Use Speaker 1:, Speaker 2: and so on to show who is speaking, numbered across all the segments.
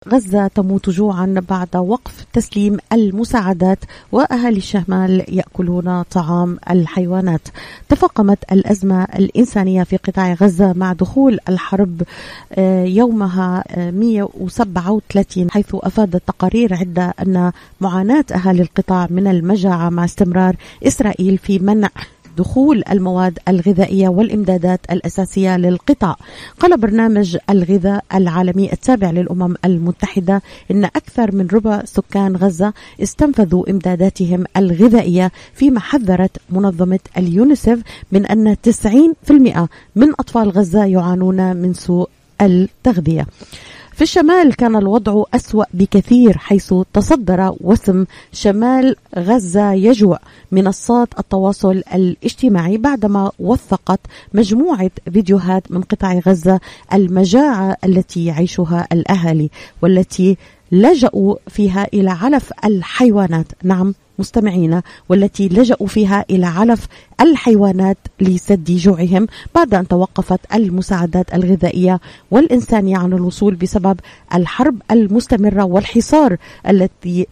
Speaker 1: غزة تموت جوعا بعد وقف تسليم المساعدات، وأهالي الشمال يأكلون طعام الحيوانات. تفاقمت الأزمة الإنسانية في قطاع غزة مع دخول الحرب يومها 137، حيث أفادت تقارير عدة أن معاناة أهالي القطاع من المجاعة مع استمرار إسرائيل في منع دخول المواد الغذائية والإمدادات الأساسية للقطاع. قال برنامج الغذاء العالمي التابع للأمم المتحدة إن أكثر من ربع سكان غزة استنفذوا إمداداتهم الغذائية، فيما حذرت منظمة اليونيسف من أن 90% من أطفال غزة يعانون من سوء التغذية. في الشمال كان الوضع أسوأ بكثير، حيث تصدر وسم شمال غزة يجوع منصات التواصل الاجتماعي بعدما وثقت مجموعة فيديوهات من قطاع غزة المجاعة التي يعيشها الأهالي، والتي لجأوا فيها إلى علف الحيوانات. نعم مستمعينا، والتي لجأوا فيها إلى علف الحيوانات لسد جوعهم بعد أن توقفت المساعدات الغذائية والإنسانية عن الوصول بسبب الحرب المستمرة والحصار التي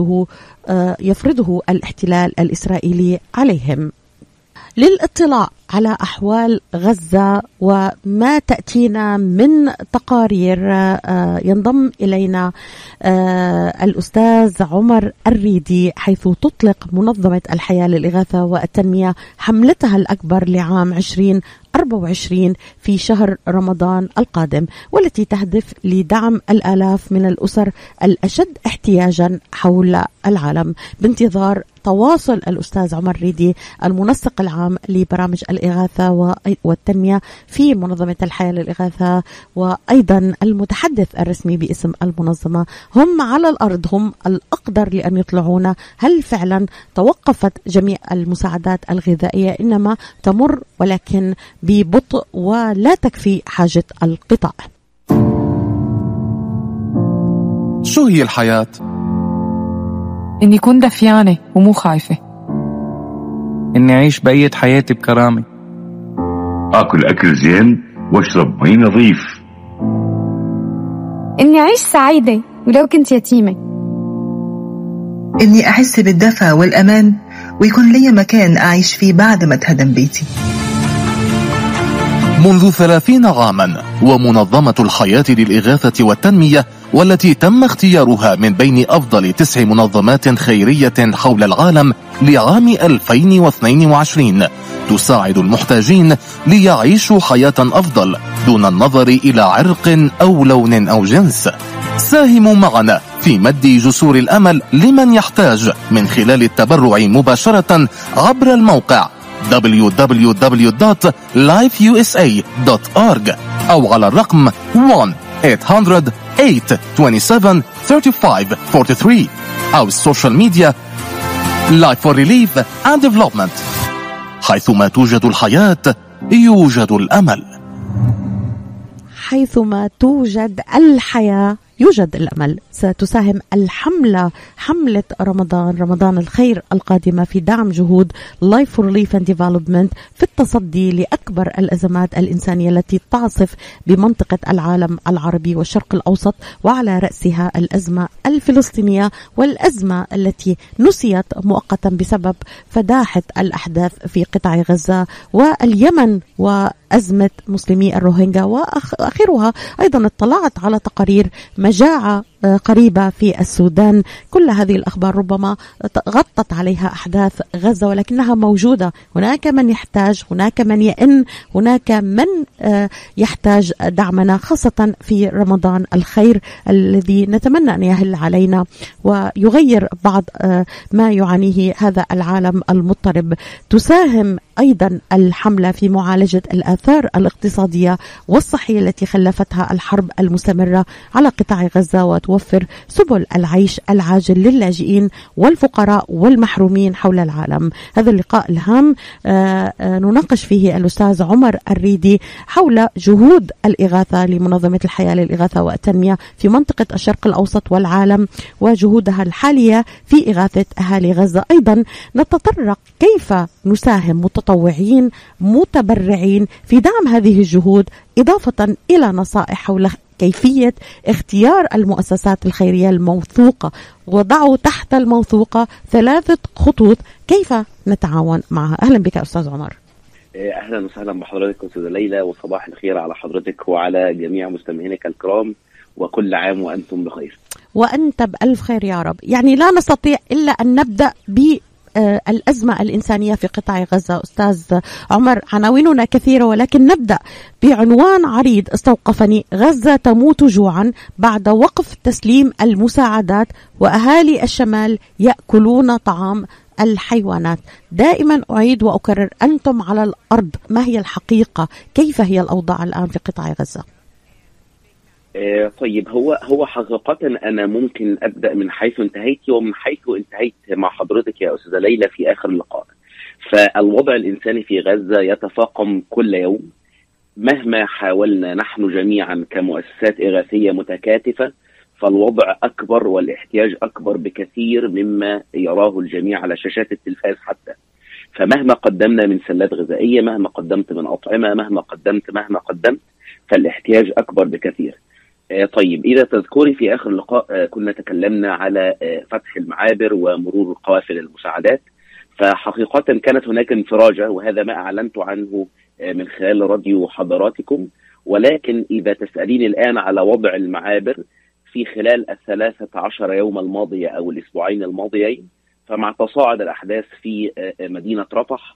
Speaker 1: يفرضه الاحتلال الإسرائيلي عليهم. للاطلاع على أحوال غزة وما تأتينا من تقارير ينضم إلينا الأستاذ عمر الريدي، حيث تطلق منظمة الحياة للإغاثة والتنمية حملتها الأكبر لعام 2024 في شهر رمضان القادم، والتي تهدف لدعم الآلاف من الأسر الأشد احتياجا حول العالم. بانتظار تواصل الأستاذ عمر ريدي المنسق العام لبرامج الإغاثة والتنمية في منظمة الحياة للإغاثة، وأيضا المتحدث الرسمي باسم المنظمة، هم على الأرض، هم الأقدر لأن يطلعون هل فعلا توقفت جميع المساعدات الغذائية، إنما تمر ولكن ببطء ولا تكفي حاجة القطاع.
Speaker 2: شو هي الحياة؟
Speaker 3: إني كون دفيانة ومو خايفة،
Speaker 4: إني أعيش بقية حياتي بكرامة،
Speaker 5: أكل أكل زين واشرب مي نظيف،
Speaker 6: إني أعيش سعيدة ولو كنت يتيمة،
Speaker 7: إني أحس بالدفء والأمان ويكون لي مكان أعيش فيه بعد ما تهدم بيتي.
Speaker 2: منذ 30 عاما ومنظمة الحياة للإغاثة والتنمية، والتي تم اختيارها من بين أفضل 9 منظمات خيرية حول العالم لعام 2022، تساعد المحتاجين ليعيشوا حياة أفضل دون النظر إلى عرق أو لون أو جنس. ساهموا معنا في مد جسور الأمل لمن يحتاج من خلال التبرع مباشرة عبر الموقع www.lifeusa.org أو على الرقم 1-800-827-3543 أو السوشيال ميديا Life for Relief and Development. حيثما توجد الحياة يوجد الأمل.
Speaker 1: حيثما توجد الحياة يوجد الأمل. ستساهم حملة رمضان الخير القادمة في دعم جهود Life for Relief and Development في التصدي لأكبر الأزمات الإنسانية التي تعصف بمنطقة العالم العربي والشرق الأوسط، وعلى رأسها الأزمة الفلسطينية، والأزمة التي نسيت مؤقتا بسبب فداحة الأحداث في قطاع غزة واليمن وأزمة مسلمي الروهينجا وآخرها. أيضا اطلعت على تقارير مجاعة قريبة في السودان. كل هذه الأخبار ربما غطت عليها أحداث غزة، ولكنها موجودة. هناك من يحتاج، هناك من يئن، هناك من يحتاج دعمنا، خاصة في رمضان الخير الذي نتمنى أن يهل علينا ويغير بعض ما يعانيه هذا العالم المضطرب. تساهم أيضا الحملة في معالجة الآثار الاقتصادية والصحية التي خلفتها الحرب المستمرة على قطاع غزة، وتوفر سبل العيش العاجل للاجئين والفقراء والمحرومين حول العالم. هذا اللقاء الهام نناقش فيه الأستاذ عمر الريدي حول جهود الإغاثة لمنظمة الحياة للإغاثة والتنمية في منطقة الشرق الأوسط والعالم وجهودها الحالية في إغاثة أهالي غزة. أيضا نتطرق كيف نساهم متطوعين متبرعين في دعم هذه الجهود إضافة إلى نصائح حول كيفية اختيار المؤسسات الخيرية الموثوقة. وضعوا تحت الموثوقة 3 خطوط كيف نتعاون معها. أهلا بك أستاذ عمر.
Speaker 8: أهلا وسهلا بحضرتك أستاذة ليلى، وصباح الخير على حضرتك وعلى جميع مستمعينك الكرام، وكل عام وأنتم بخير.
Speaker 1: وأنت بألف خير يا رب. يعني لا نستطيع إلا أن نبدأ بالأزمة الإنسانية في قطاع غزة. أستاذ عمر، عناويننا كثيرة ولكن نبدأ بعنوان عريض استوقفني: غزة تموت جوعا بعد وقف تسليم المساعدات، وأهالي الشمال يأكلون طعام الحيوانات. دائما أعيد وأكرر، أنتم على الأرض، ما هي الحقيقة؟ كيف هي الأوضاع الآن في قطاع غزة؟
Speaker 8: طيب، هو حقيقة أنا ممكن أبدأ من حيث انتهيت ومن حيث انتهيت مع حضرتك يا أستاذة ليلى في آخر اللقاء. فالوضع الإنساني في غزة يتفاقم كل يوم، مهما حاولنا نحن جميعا كمؤسسات إغاثية متكاتفة فالوضع أكبر والاحتياج أكبر بكثير مما يراه الجميع على شاشات التلفاز حتى. فمهما قدمنا من سلات غذائية، مهما قدمت من أطعمة، مهما قدمت فالاحتياج أكبر بكثير. طيب، إذا تذكري في آخر اللقاء كنا تكلمنا على فتح المعابر ومرور قوافل المساعدات. فحقيقة كانت هناك انفراجة، وهذا ما أعلنت عنه من خلال راديو حضراتكم. ولكن إذا تسألين الآن على وضع المعابر في خلال 13 يوم الماضية أو الأسبوعين الماضيين، فمع تصاعد الأحداث في مدينة رفح،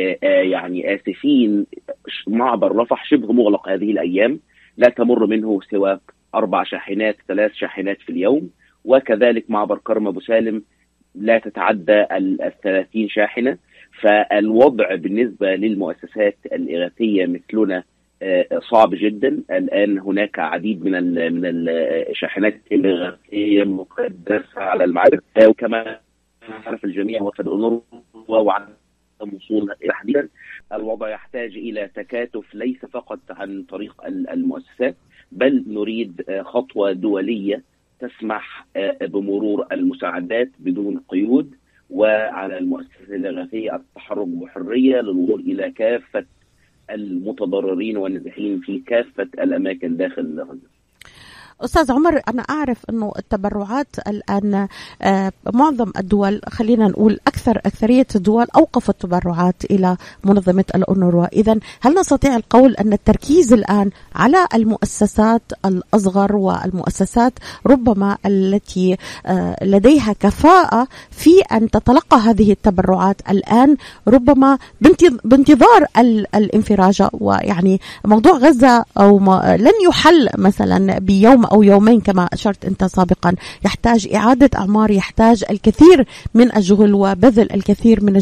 Speaker 8: يعني آسفين، معبر رفح شبه مغلق هذه الأيام، لا تمر منه سوى 4 شاحنات 3 شاحنات في اليوم. وكذلك معبر كرم أبو سالم لا تتعدى 30 شاحنة. فالوضع بالنسبة للمؤسسات الإغاثية مثلنا صعب جدا. الآن هناك عديد من الشاحنات الإغاثية مقدسة على المعابر، وكما عرف الجميع وفد الأونروا وعدم وصول تحديدا. الوضع يحتاج إلى تكاتف ليس فقط عن طريق المؤسسات، بل نريد خطوة دولية تسمح بمرور المساعدات بدون قيود، وعلى المؤسسات الإغاثية التحرك بحرية للوصول إلى كافة المتضررين والنازحين في كافة الأماكن داخل غزة.
Speaker 1: أستاذ عمر، أنا أعرف أنه التبرعات الآن معظم الدول، خلينا نقول أكثرية الدول أوقفت التبرعات إلى منظمة الأونروا. إذن هل نستطيع القول أن التركيز الآن على المؤسسات الأصغر والمؤسسات ربما التي لديها كفاءة في أن تتلقى هذه التبرعات الآن، ربما بانتظار الانفراج؟ ويعني موضوع غزة لن يحل مثلا بيوم أو يومين كما أشرت أنت سابقا، يحتاج إعادة أعمار، يحتاج الكثير من الجهل وبذل الكثير من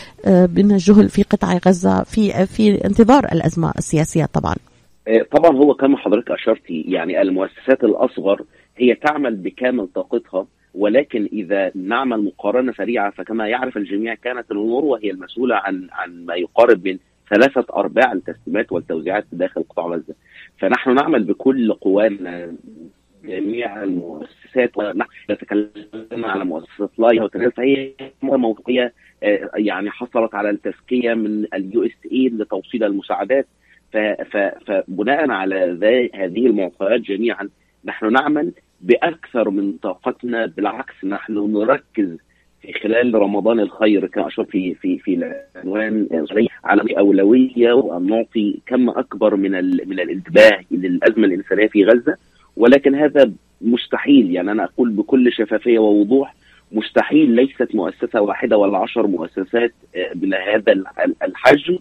Speaker 1: الجهل في قطاع غزة في انتظار الأزمة السياسية. طبعا
Speaker 8: هو كما حضرتك أشرتي، يعني المؤسسات الأصغر هي تعمل بكامل طاقتها، ولكن إذا نعمل مقارنة سريعة فكما يعرف الجميع كانت الأونروا هي المسؤولة عن ما يقارب من 3/4 التسليمات والتوزيعات داخل قطاع غزة. فنحن نعمل بكل قوانا جميع المؤسسات، ونحن نتكلم على مؤسسة لايا وتنال، فهي موثوقية يعني حصلت على التزكية من USAID لتوصيل المساعدات. فبناء على هذه المعطيات جميعا نحن نعمل بأكثر من طاقتنا. بالعكس، نحن نركز في خلال رمضان الخير كما أشرت في العنوان على أولوية، وأن نعطي كم أكبر من الانتباه للأزمة الإنسانية في غزة. ولكن هذا مستحيل، يعني أنا أقول بكل شفافية ووضوح، مستحيل. ليست مؤسسة واحدة ولا 10 مؤسسات من هذا الحجم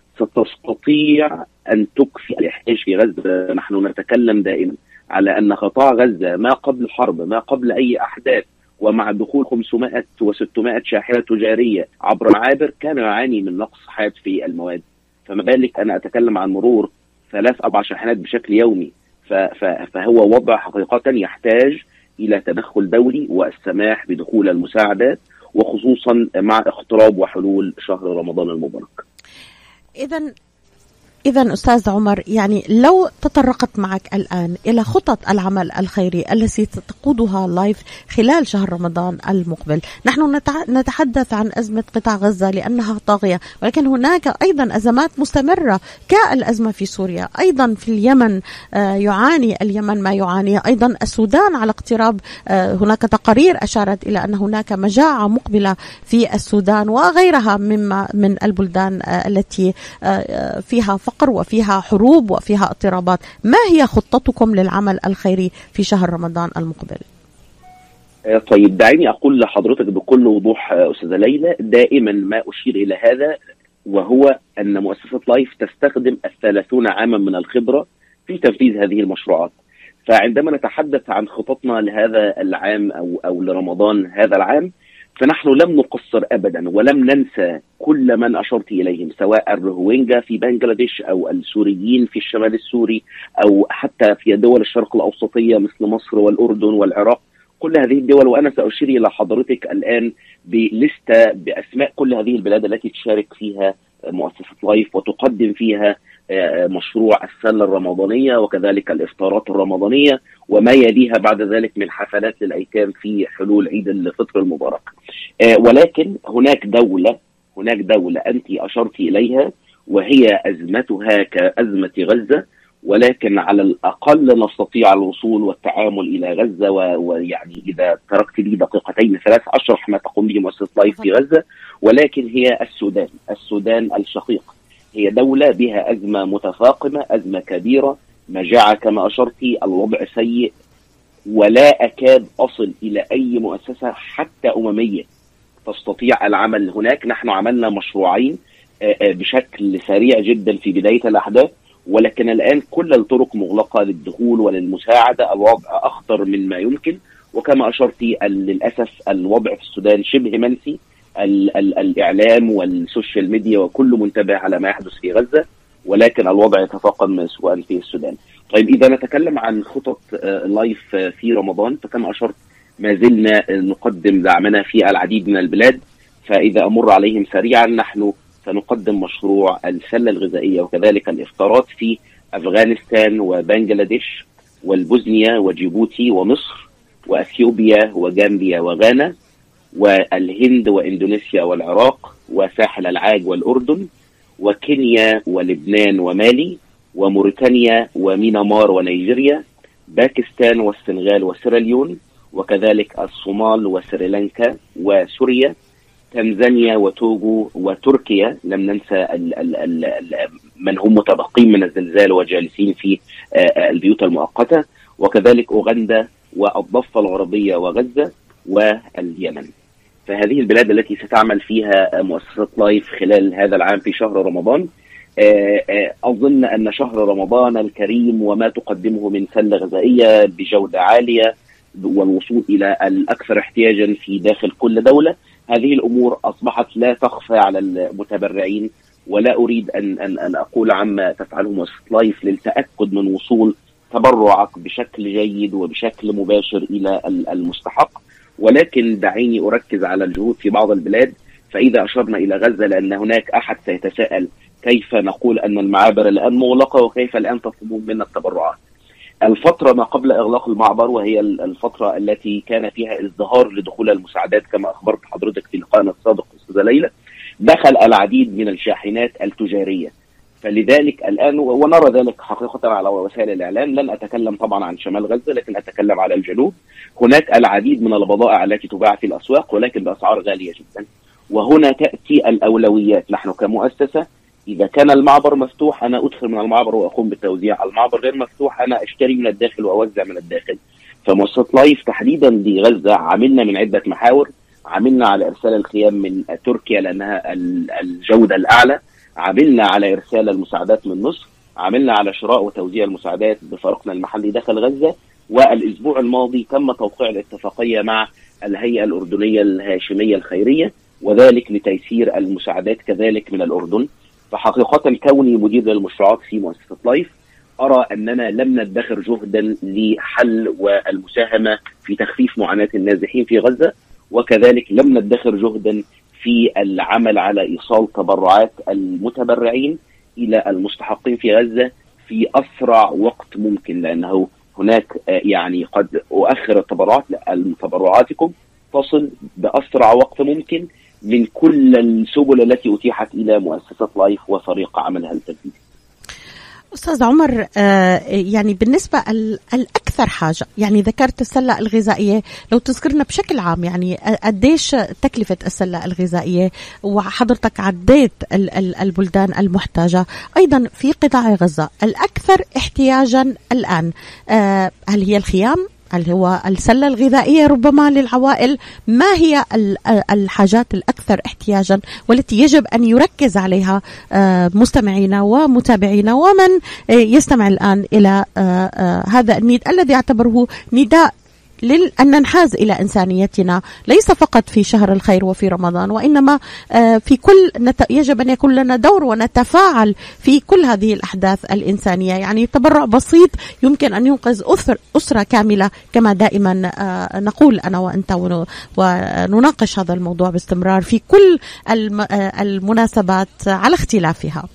Speaker 8: ستستطيع أن تكفي الاحتياج في غزة. نحن نتكلم دائما على أن قطاع غزة ما قبل الحرب، ما قبل أي أحداث، ومع دخول 500 و600 شاحنة تجارية عبر معابر، كان يعاني من نقص حاد في المواد. فما بالك أنا أتكلم عن مرور 3-4 شاحنات بشكل يومي. فهو وضع حقيقة يحتاج إلى تدخل دولي والسماح بدخول المساعدات، وخصوصا مع اقتراب وحلول شهر رمضان المبارك.
Speaker 1: إذن إذا أستاذ عمر، يعني لو تطرقت معك الآن إلى خطط العمل الخيري التي تقودها لايف خلال شهر رمضان المقبل، نحن نتحدث عن أزمة قطاع غزة لأنها طاغية، ولكن هناك أيضا أزمات مستمرة كالأزمة في سوريا، أيضا في اليمن يعاني اليمن ما يعاني، أيضا السودان على اقتراب، هناك تقارير أشارت إلى أن هناك مجاعة مقبلة في السودان وغيرها من البلدان التي فيها فقر وفيها حروب وفيها اضطرابات. ما هي خطتكم للعمل الخيري في شهر رمضان المقبل؟
Speaker 8: طيب، دعيني أقول لحضرتك بكل وضوح أستاذة ليلى، دائما ما أشير إلى هذا، وهو أن مؤسسة لايف تستخدم 30 عاما من الخبرة في تنفيذ هذه المشروعات. فعندما نتحدث عن خططنا لهذا العام أو لرمضان هذا العام، فنحن لم نقصر أبدا ولم ننسى كل من أشرت إليهم، سواء الروهينجا في بنغلاديش أو السوريين في الشمال السوري أو حتى في دول الشرق الأوسطية مثل مصر والأردن والعراق. كل هذه الدول، وأنا سأشير إلى حضرتك الآن بلستة بأسماء كل هذه البلاد التي تشارك فيها مؤسسة لايف وتقدم فيها مشروع السلة الرمضانية وكذلك الإفطارات الرمضانية وما يليها بعد ذلك من حفلات للأيتام في حلول عيد الفطر المبارك. ولكن هناك دولة أنت أشرت إليها وهي أزمتها كأزمة غزة، ولكن على الأقل نستطيع الوصول والتعامل إلى غزة. ويعني إذا تركت لي دقيقتين 3 أشرح ما تقوم به مؤسسة لايف في غزة. ولكن هي السودان الشقيق، هي دولة بها أزمة متفاقمة، أزمة كبيرة، مجاعة كما أشرتي، الوضع سيء، ولا أكاد أصل إلى أي مؤسسة حتى أممية تستطيع العمل هناك. نحن عملنا مشروعين بشكل سريع جدا في بداية الأحداث، ولكن الآن كل الطرق مغلقة للدخول وللمساعدة. الوضع أخطر مما يمكن، وكما أشرتي للأسف الوضع في السودان شبه منسي. الإعلام والسوشيال ميديا وكل منتبه على ما يحدث في غزة، ولكن الوضع يتفاقم سواء في السودان. طيب، إذا نتكلم عن خطط لايف في رمضان، فكما أشرت ما زلنا نقدم دعمنا في العديد من البلاد. فإذا أمر عليهم سريعا، نحن سنقدم مشروع السلة الغذائية وكذلك الإفطارات في أفغانستان وبنغلاديش والبوسنيا وجيبوتي ومصر وأثيوبيا وجامبيا وغانا والهند وإندونيسيا والعراق وساحل العاج والأردن وكينيا ولبنان ومالي وموريتانيا ومينامار ونيجيريا، باكستان والسنغال وسيراليون وكذلك الصومال وسريلانكا وسوريا، تنزانيا وتوغو وتركيا، لم ننسى من هم متبقين من الزلزال وجالسين في البيوت المؤقتة، وكذلك أوغندا والضفة الغربية وغزة واليمن. فهذه البلاد التي ستعمل فيها مؤسسة لايف خلال هذا العام في شهر رمضان. أظن أن شهر رمضان الكريم وما تقدمه من سلة غذائية بجودة عالية والوصول إلى الأكثر احتياجا في داخل كل دولة، هذه الأمور أصبحت لا تخفى على المتبرعين. ولا أريد أن أقول عما تفعله مؤسسة لايف للتأكد من وصول تبرعك بشكل جيد وبشكل مباشر إلى المستحق، ولكن دعيني أركز على الجهود في بعض البلاد. فإذا أشرنا إلى غزة، لأن هناك أحد سيتساءل كيف نقول أن المعابر الآن مغلقة وكيف الآن تطلبون منا التبرعات. الفترة ما قبل إغلاق المعبر، وهي الفترة التي كان فيها ازدهار لدخول المساعدات كما أخبرت حضرتك في لقائنا السابق أستاذة ليلى، دخل العديد من الشاحنات التجارية. فلذلك الآن، ونرى ذلك حقيقة على وسائل الإعلام، لن أتكلم طبعا عن شمال غزة لكن أتكلم على الجنوب، هناك العديد من البضائع التي تباع في الأسواق ولكن بأسعار غالية جدا. وهنا تأتي الأولويات. نحن كمؤسسة إذا كان المعبر مفتوح أنا أدخل من المعبر وأقوم بالتوزيع، على المعبر غير مفتوح أنا أشتري من الداخل وأوزع من الداخل. فمؤسسة لايف تحديدا لغزة عملنا من عدة محاور. عملنا على إرسال الخيام من تركيا لأنها الجودة الأعلى، عملنا على إرسال المساعدات من مصر، عملنا على شراء وتوزيع المساعدات بفريقنا المحلي داخل غزة. والأسبوع الماضي تم توقيع الاتفاقية مع الهيئة الأردنية الهاشمية الخيرية، وذلك لتيسير المساعدات كذلك من الأردن. فحقيقة كوني مدير للمشروعات في مؤسسة لايف، أرى أننا لم ندخر جهدا لحل والمساهمة في تخفيف معاناة النازحين في غزة، وكذلك لم ندخر جهدا في العمل على إيصال تبرعات المتبرعين إلى المستحقين في غزة في أسرع وقت ممكن، لأنه هناك يعني قد أؤخر التبرعات، تبرعاتكم تصل بأسرع وقت ممكن من كل السبل التي أتيحت إلى مؤسسة لايف وفريق عملها التنفيذي.
Speaker 1: أستاذ عمر، يعني بالنسبة الأكثر حاجة، يعني ذكرت السلة الغذائية، لو تذكرنا بشكل عام يعني قديش تكلفة السلة الغذائية، وحضرتك عديت البلدان المحتاجة أيضا في قطاع غزة الأكثر احتياجا الآن، هل هي الخيام؟ هل هو السلة الغذائية ربما للعوائل؟ ما هي الحاجات الأكثر احتياجا والتي يجب أن يركز عليها مستمعينا ومتابعينا ومن يستمع الآن إلى هذا النداء الذي يعتبره نداء أن ننحاز إلى إنسانيتنا، ليس فقط في شهر الخير وفي رمضان، وإنما في يجب أن يكون لنا دور ونتفاعل في كل هذه الأحداث الإنسانية. يعني تبرع بسيط يمكن أن ينقذ أسرة كاملة، كما دائما نقول أنا وأنت ونناقش هذا الموضوع باستمرار في كل المناسبات على اختلافها.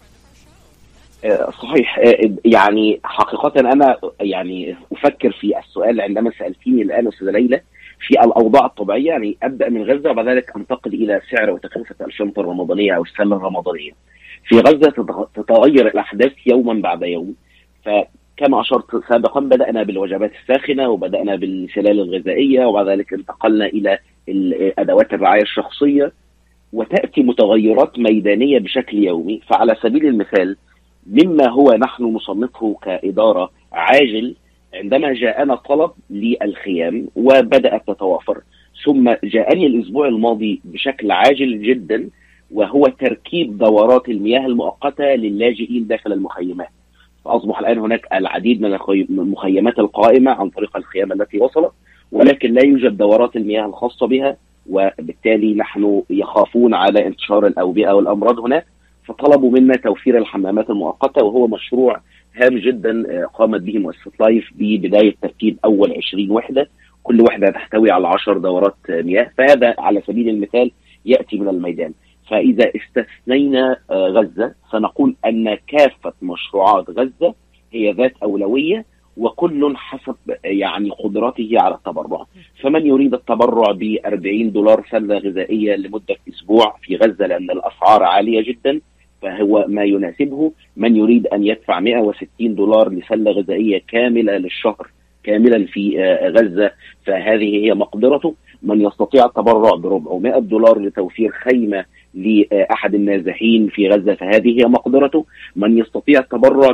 Speaker 8: صحيح. يعني حقيقة أنا يعني أفكر في السؤال عندما سألتيني الآن أستاذة ليلى في الأوضاع الطبيعية، يعني أبدأ من غزة وبعد ذلك أنتقل إلى سعر وتكلفة الشنطة الرمضانية أو السلة الرمضانية. في غزة تتغير الأحداث يوما بعد يوم، فكما أشرت سابقا بدأنا بالوجبات الساخنة وبدأنا بالسلال الغذائية وبعد ذلك انتقلنا إلى أدوات الرعاية الشخصية، وتأتي متغيرات ميدانية بشكل يومي. فعلى سبيل المثال مما هو نحن نصنفه كإدارة عاجل، عندما جاءنا طلب للخيام وبدأت تتوافر، ثم جاءني الأسبوع الماضي بشكل عاجل جدا وهو تركيب دورات المياه المؤقتة للاجئين داخل المخيمات. فأصبح الآن هناك العديد من المخيمات القائمة عن طريق الخيام التي وصلت، ولكن لا يوجد دورات المياه الخاصة بها، وبالتالي نحن يخافون على انتشار الأوبئة والأمراض هناك، فطلبوا منا توفير الحمامات المؤقتة، وهو مشروع هام جدا قامت به مؤسسة لايف ببداية تركيب أول 20 وحدة، كل وحدة تحتوي على 10 دورات مياه. فهذا على سبيل المثال يأتي من الميدان. فإذا استثنينا غزة سنقول أن كافة مشروعات غزة هي ذات أولوية، وكل حسب يعني قدرته على التبرع. فمن يريد التبرع $40 سلة غذائية لمدة أسبوع في غزة لأن الأسعار عالية جدا فهو ما يناسبه. من يريد أن يدفع $160 لسلة غذائية كاملة للشهر كاملا في غزة فهذه هي مقدرته. من يستطيع التبرع $400 لتوفير خيمة لأحد النازحين في غزة فهذه هي مقدرته. من يستطيع التبرع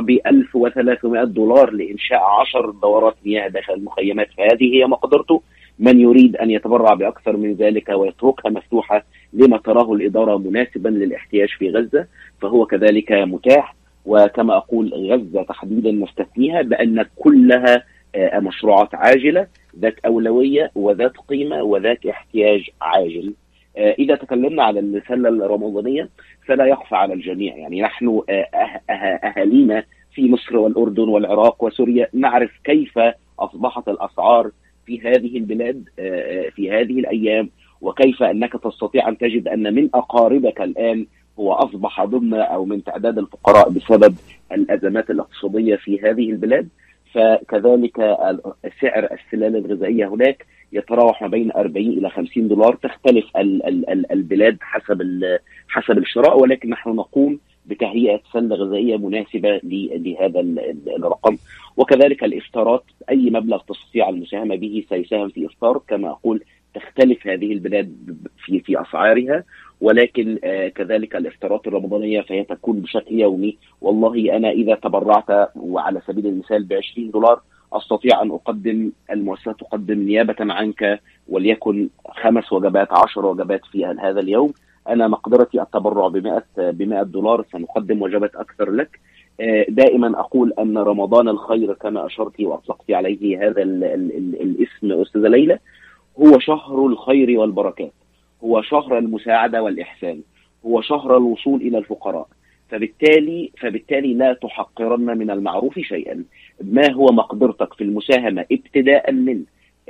Speaker 8: $1300 لإنشاء 10 دورات مياه داخل المخيمات فهذه هي مقدرته. من يريد أن يتبرع بأكثر من ذلك ويتركها مفتوحة لما تراه الإدارة مناسبا للاحتياج في غزة فهو كذلك متاح. وكما أقول غزة تحديدا نستثنيها بأن كلها مشروعات عاجلة ذات أولوية وذات قيمة وذات احتياج عاجل. إذا تكلمنا على السلة الرمضانية فلا يخفى على الجميع، يعني نحن أهالينا في مصر والأردن والعراق وسوريا نعرف كيف أصبحت الأسعار في هذه البلاد في هذه الأيام، وكيف أنك تستطيع أن تجد أن من أقاربك الآن هو أصبح ضمن أو من تعداد الفقراء بسبب الأزمات الاقتصادية في هذه البلاد. فكذلك سعر السلال الغذائية هناك يتراوح ما بين 40 إلى 50 دولار، تختلف البلاد حسب الشراء، ولكن نحن نقوم بتهيئة سلة غذائية مناسبة لهذا الرقم. وكذلك الإفطارات أي مبلغ تستطيع المساهمة به سيساهم في إفطار. كما أقول تختلف هذه البلاد في أسعارها، ولكن كذلك الإفطارات الرمضانية فهي تكون بشكل يومي. والله أنا إذا تبرعت وعلى سبيل المثال $20 أستطيع أن أقدم، المؤسسة تقدم نيابة عنك وليكن 5 وجبات 10 وجبات في هذا اليوم. أنا مقدرتي التبرع $100 سنقدم وجبات أكثر لك. دائما أقول أن رمضان الخير كما أشرت وأطلقت عليه هذا الاسم أستاذة ليلى هو شهر الخير والبركات، هو شهر المساعدة والإحسان، هو شهر الوصول إلى الفقراء. فبالتالي لا تحقرن من المعروف شيئا. ما هو مقدرتك في المساهمة ابتداء من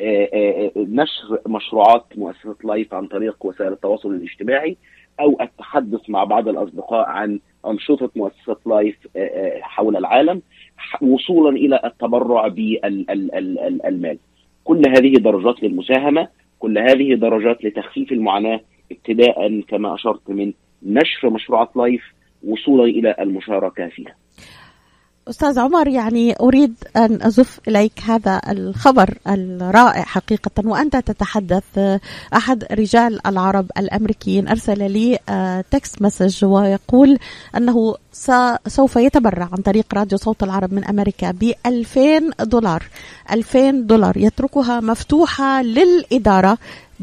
Speaker 8: نشر مشروعات مؤسسة لايف عن طريق وسائل التواصل الاجتماعي أو التحدث مع بعض الأصدقاء عن أنشطة مؤسسة لايف حول العالم، وصولا إلى التبرع بالمال. كل هذه درجات للمساهمة، كل هذه درجات لتخفيف المعاناة، ابتداء كما أشرت من نشر مشروعات لايف وصولا إلى المشاركة فيها.
Speaker 1: أستاذ عمر، يعني أريد أن أزف إليك هذا الخبر الرائع حقيقة، وأنت تتحدث. أحد رجال العرب الأمريكيين أرسل لي تكست مسج ويقول أنه سوف يتبرع عن طريق راديو صوت العرب من أمريكا $2000. $2000 يتركها مفتوحة للإدارة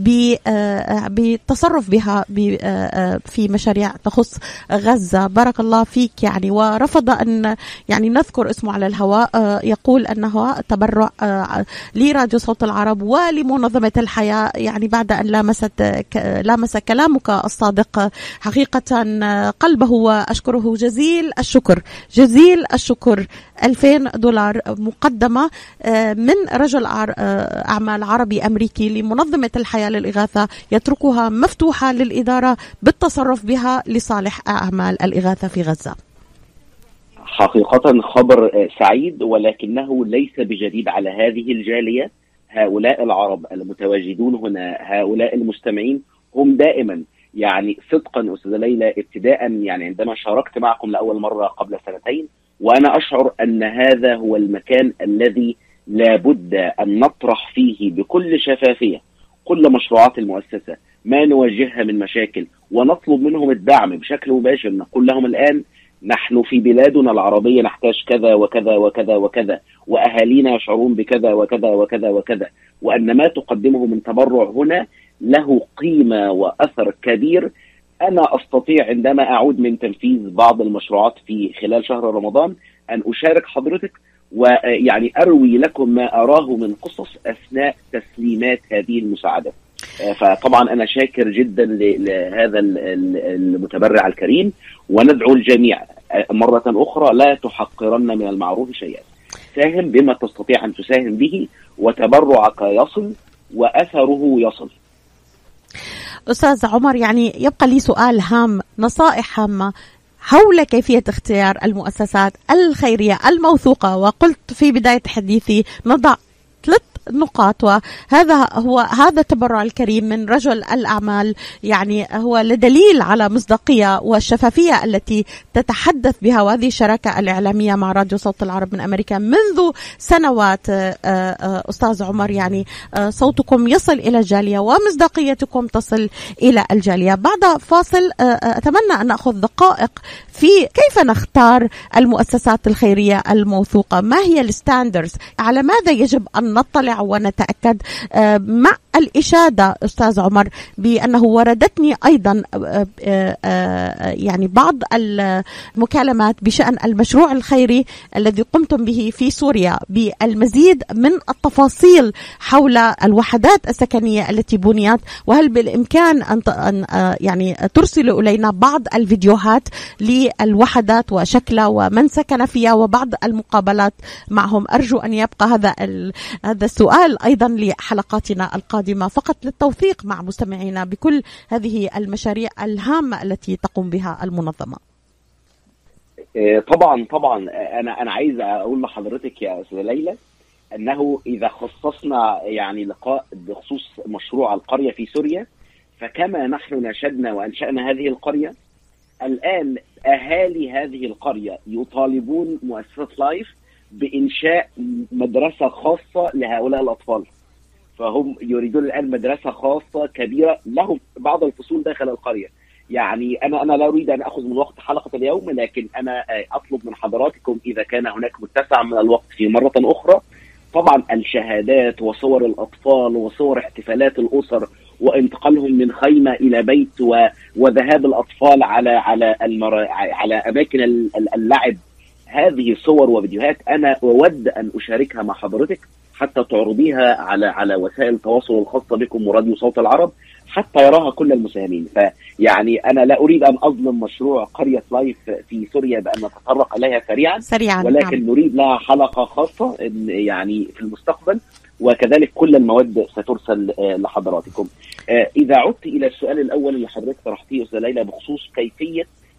Speaker 1: بالتصرف بها في مشاريع تخص غزة. بارك الله فيك يعني. ورفض أن يعني نذكر اسمه على الهواء، يقول أنه تبرع لراديو صوت العرب ولمنظمة الحياة، يعني بعد أن لامس كلامك الصادق حقيقة قلبه، وأشكره جزيل الشكر. $2000 مقدمة من رجل أعمال عربي أمريكي لمنظمة الحياة للإغاثة، يتركها مفتوحة للإدارة بالتصرف بها لصالح أعمال الإغاثة في غزة.
Speaker 8: حقيقة خبر سعيد، ولكنه ليس بجديد على هذه الجالية. هؤلاء العرب المتواجدون هنا، هؤلاء المستمعين، هم دائما يعني صدقا أستاذة ليلى ابتداء يعني عندما شاركت معكم لأول مرة قبل 2 سنين، وأنا أشعر أن هذا هو المكان الذي لابد أن نطرح فيه بكل شفافية كل مشروعات المؤسسة، ما نواجهها من مشاكل، ونطلب منهم الدعم بشكل مباشر. نقول لهم الآن نحن في بلادنا العربية نحتاج كذا وكذا وكذا وكذا، وأهالينا يشعرون بكذا وكذا وكذا وكذا، وأن ما تقدمه من تبرع هنا له قيمة وأثر كبير. أنا أستطيع عندما أعود من تنفيذ بعض المشروعات في خلال شهر رمضان أن أشارك حضرتك ويعني أروي لكم ما أراه من قصص أثناء تسليمات هذه المساعدة. فطبعا أنا شاكر جدا لهذا المتبرع الكريم، وندعو الجميع مرة أخرى لا تحقرن من المعروف شيئا. ساهم بما تستطيع أن تساهم به، وتبرعك يصل وأثره يصل.
Speaker 1: أستاذ عمر، يعني يبقى لي سؤال هام، نصائح هامة حول كيفية اختيار المؤسسات الخيرية الموثوقة. وقلت في بداية حديثي نضع 3 نقاط، هذا التبرع الكريم من رجل الأعمال يعني هو لدليل على مصداقية والشفافية التي تتحدث بها هذه الشراكة الإعلامية مع راديو صوت العرب من أمريكا منذ سنوات. أستاذ عمر، يعني صوتكم يصل إلى الجالية ومصداقيتكم تصل إلى الجالية. بعد فاصل أتمنى أن نأخذ دقائق في كيف نختار المؤسسات الخيرية الموثوقة، ما هي الستاندرز، على ماذا يجب أن نطلع ونتأكد، مع الإشادة أستاذ عمر بأنه وردتني أيضا يعني بعض المكالمات بشأن المشروع الخيري الذي قمتم به في سوريا بالمزيد من التفاصيل حول الوحدات السكنية التي بنيت، وهل بالإمكان أن يعني ترسلوا إلينا بعض الفيديوهات للوحدات وشكلها ومن سكن فيها وبعض المقابلات معهم. أرجو أن يبقى هذا السؤال أيضا لحلقاتنا القادمة، فقط للتوثيق مع مستمعينا بكل هذه المشاريع الهامة التي تقوم بها المنظمة.
Speaker 8: طبعا أنا عايز أقول لحضرتك يا أستاذة ليلى أنه إذا خصصنا يعني لقاء بخصوص مشروع القرية في سوريا، فكما نحن نشدنا وأنشأنا هذه القرية، الآن أهالي هذه القرية يطالبون مؤسسة لايف بإنشاء مدرسة خاصة لهؤلاء الأطفال. فهم يريدون الآن مدرسة خاصة كبيرة لهم بعض الفصول داخل القرية. يعني أنا لا أريد أن أخذ من وقت حلقة اليوم، لكن أنا أطلب من حضراتكم إذا كان هناك متسع من الوقت في مرة أخرى، طبعا الشهادات وصور الأطفال وصور احتفالات الأسر وانتقالهم من خيمة إلى بيت وذهاب الأطفال على أماكن اللعب، هذه صور وفيديوهات أنا أود أن أشاركها مع حضرتك حتى تعرضيها على وسائل التواصل الخاصة بكم وراديو صوت العرب حتى يراها كل المساهمين. فيعني أنا لا أريد أن أظلم مشروع قرية لايف في سوريا بأن نتطرق إليها سريعا ولكن نريد لها حلقة خاصة يعني في المستقبل، وكذلك كل المواد سترسل لحضراتكم. إذا عدت إلى السؤال الأول اللي حضرتك طرحتيه أستاذة ليلى بخصوص كيفية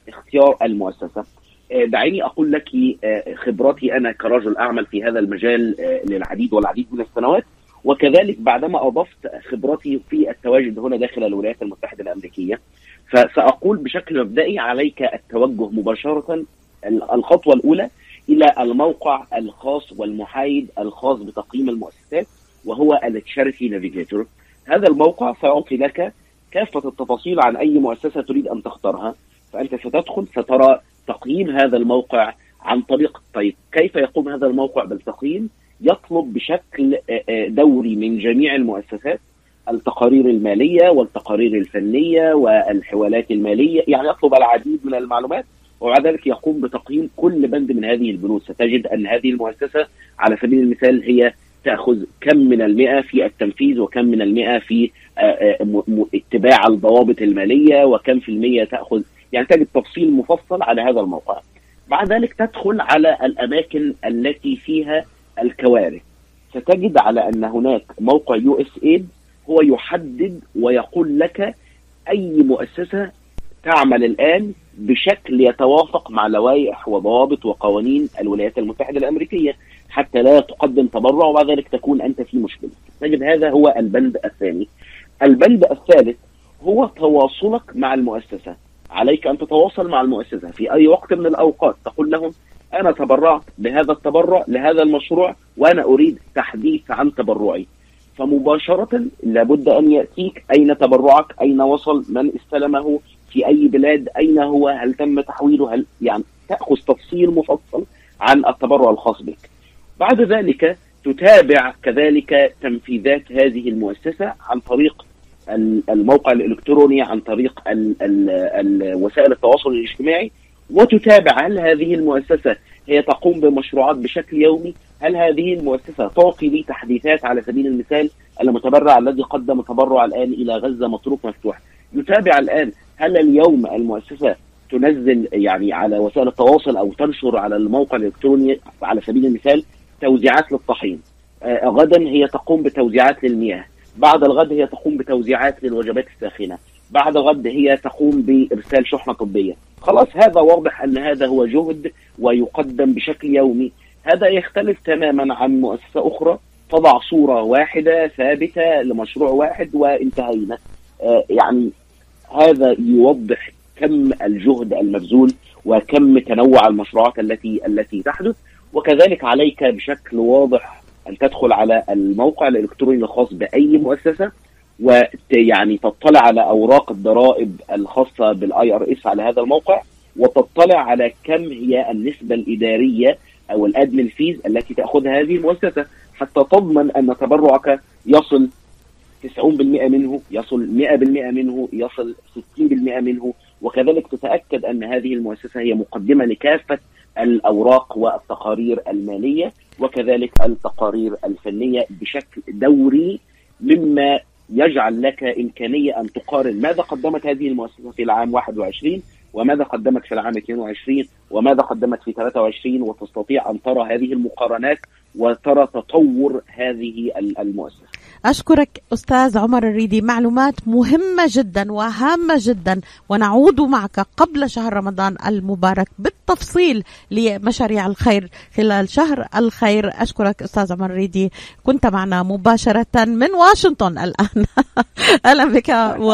Speaker 8: اختيار المؤسسة. دعيني أقول لك خبرتي أنا كرجل أعمل في هذا المجال للعديد والعديد من السنوات، وكذلك بعدما أضفت خبرتي في التواجد هنا داخل الولايات المتحدة الأمريكية، فسأقول بشكل مبدئي عليك التوجه مباشرة الخطوة الأولى إلى الموقع الخاص والمحايد الخاص بتقييم المؤسسات، وهو التشاريتي نافيجيتور. هذا الموقع سيعطي لك كافة التفاصيل عن أي مؤسسة تريد أن تختارها، فأنت ستدخل سترى تقييم هذا الموقع عن طريق. طيب كيف يقوم هذا الموقع بالتقييم؟ يطلب بشكل دوري من جميع المؤسسات التقارير المالية والتقارير الفنية والحوالات المالية، يعني يطلب العديد من المعلومات، وبعد ذلك يقوم بتقييم كل بند من هذه البنود. ستجد أن هذه المؤسسة على سبيل المثال هي تأخذ كم من المئة في التنفيذ، وكم من المئة في اتباع الضوابط المالية، وكم في المية تأخذ، يعني تجد تفصيل مفصل على هذا الموقع. بعد ذلك تدخل على الأماكن التي فيها الكوارث، ستجد على أن هناك موقع USAID هو يحدد ويقول لك أي مؤسسة تعمل الآن بشكل يتوافق مع لوائح وضوابط وقوانين الولايات المتحدة الأمريكية، حتى لا تقدم تبرع وبعد ذلك تكون أنت في مشكلة. نجد هذا هو البند الثاني. البند الثالث هو تواصلك مع المؤسسة. عليك أن تتواصل مع المؤسسة في أي وقت من الأوقات، تقول لهم أنا تبرعت بهذا التبرع لهذا المشروع وأنا أريد تحديث عن تبرعي، فمباشرة لابد أن يأتيك أين تبرعك، أين وصل، من استلمه، في أي بلاد، أين هو، هل تم تحويله، هل يعني تأخذ تفصيل مفصل عن التبرع الخاص بك. بعد ذلك تتابع كذلك تنفيذات هذه المؤسسة عن طريق الموقع الإلكتروني، عن طريق وسائل التواصل الاجتماعي، وتتابع هل هذه المؤسسة هي تقوم بمشروعات بشكل يومي، هل هذه المؤسسة تعطي لي تحديثات. على سبيل المثال المتبرع الذي قدم تبرع الآن إلى غزة متروك مفتوح، يتابع الآن هل اليوم المؤسسة تنزل يعني على وسائل التواصل أو تنشر على الموقع الإلكتروني على سبيل المثال توزيعات للطحين، غدا هي تقوم بتوزيعات للمياه، بعد الغد هي تقوم بتوزيعات للوجبات الساخنة، بعد الغد هي تقوم بإرسال شحنة طبية. خلاص هذا واضح أن هذا هو جهد ويقدم بشكل يومي. هذا يختلف تماما عن مؤسسة أخرى تضع صورة واحدة ثابتة لمشروع واحد وانتهينا. يعني هذا يوضح كم الجهد المبذول وكم تنوع المشروعات التي تحدث. وكذلك عليك بشكل واضح أن تدخل على الموقع الإلكتروني الخاص بأي مؤسسة ويعني تطلع على أوراق الضرائب الخاصة بالIRS على هذا الموقع، وتطلع على كم هي النسبة الإدارية أو الأدمن فيز التي تأخذها هذه المؤسسة، حتى تضمن أن تبرعك يصل 90% منه، يصل 100% منه، يصل 60% منه. وكذلك تتأكد أن هذه المؤسسة هي مقدمة لكافة الأوراق والتقارير المالية وكذلك التقارير الفنية بشكل دوري، مما يجعل لك إمكانية أن تقارن ماذا قدمت هذه المؤسسة في العام 21 وماذا قدمت في العام 22 وماذا قدمت في 23، وتستطيع أن ترى هذه المقارنات وترى تطور هذه المؤسسة.
Speaker 1: أشكرك أستاذ عمر الريدي، معلومات مهمة جدا وهامة جدا، ونعود معك قبل شهر رمضان المبارك بالتفصيل لمشاريع الخير خلال شهر الخير. أشكرك أستاذ عمر الريدي، كنت معنا مباشرة من واشنطن الآن. أهلا بك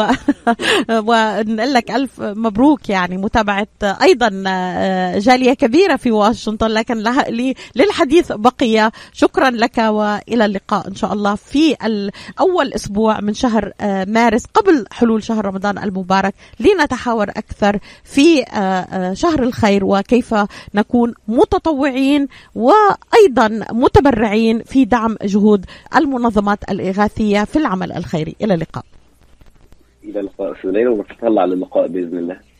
Speaker 1: ونقول لك ألف مبروك، يعني متابعة أيضا جالية كبيرة في واشنطن، لكن للحديث بقية. شكرا لك وإلى اللقاء إن شاء الله في أول أسبوع من شهر مارس قبل حلول شهر رمضان المبارك، لنتحاور أكثر في شهر الخير وكيف نكون متطوعين وأيضا متبرعين في دعم جهود المنظمات الإغاثية في العمل الخيري. إلى اللقاء.
Speaker 8: إلى اللقاء سليمان، ونتطلع للقاء بإذن الله.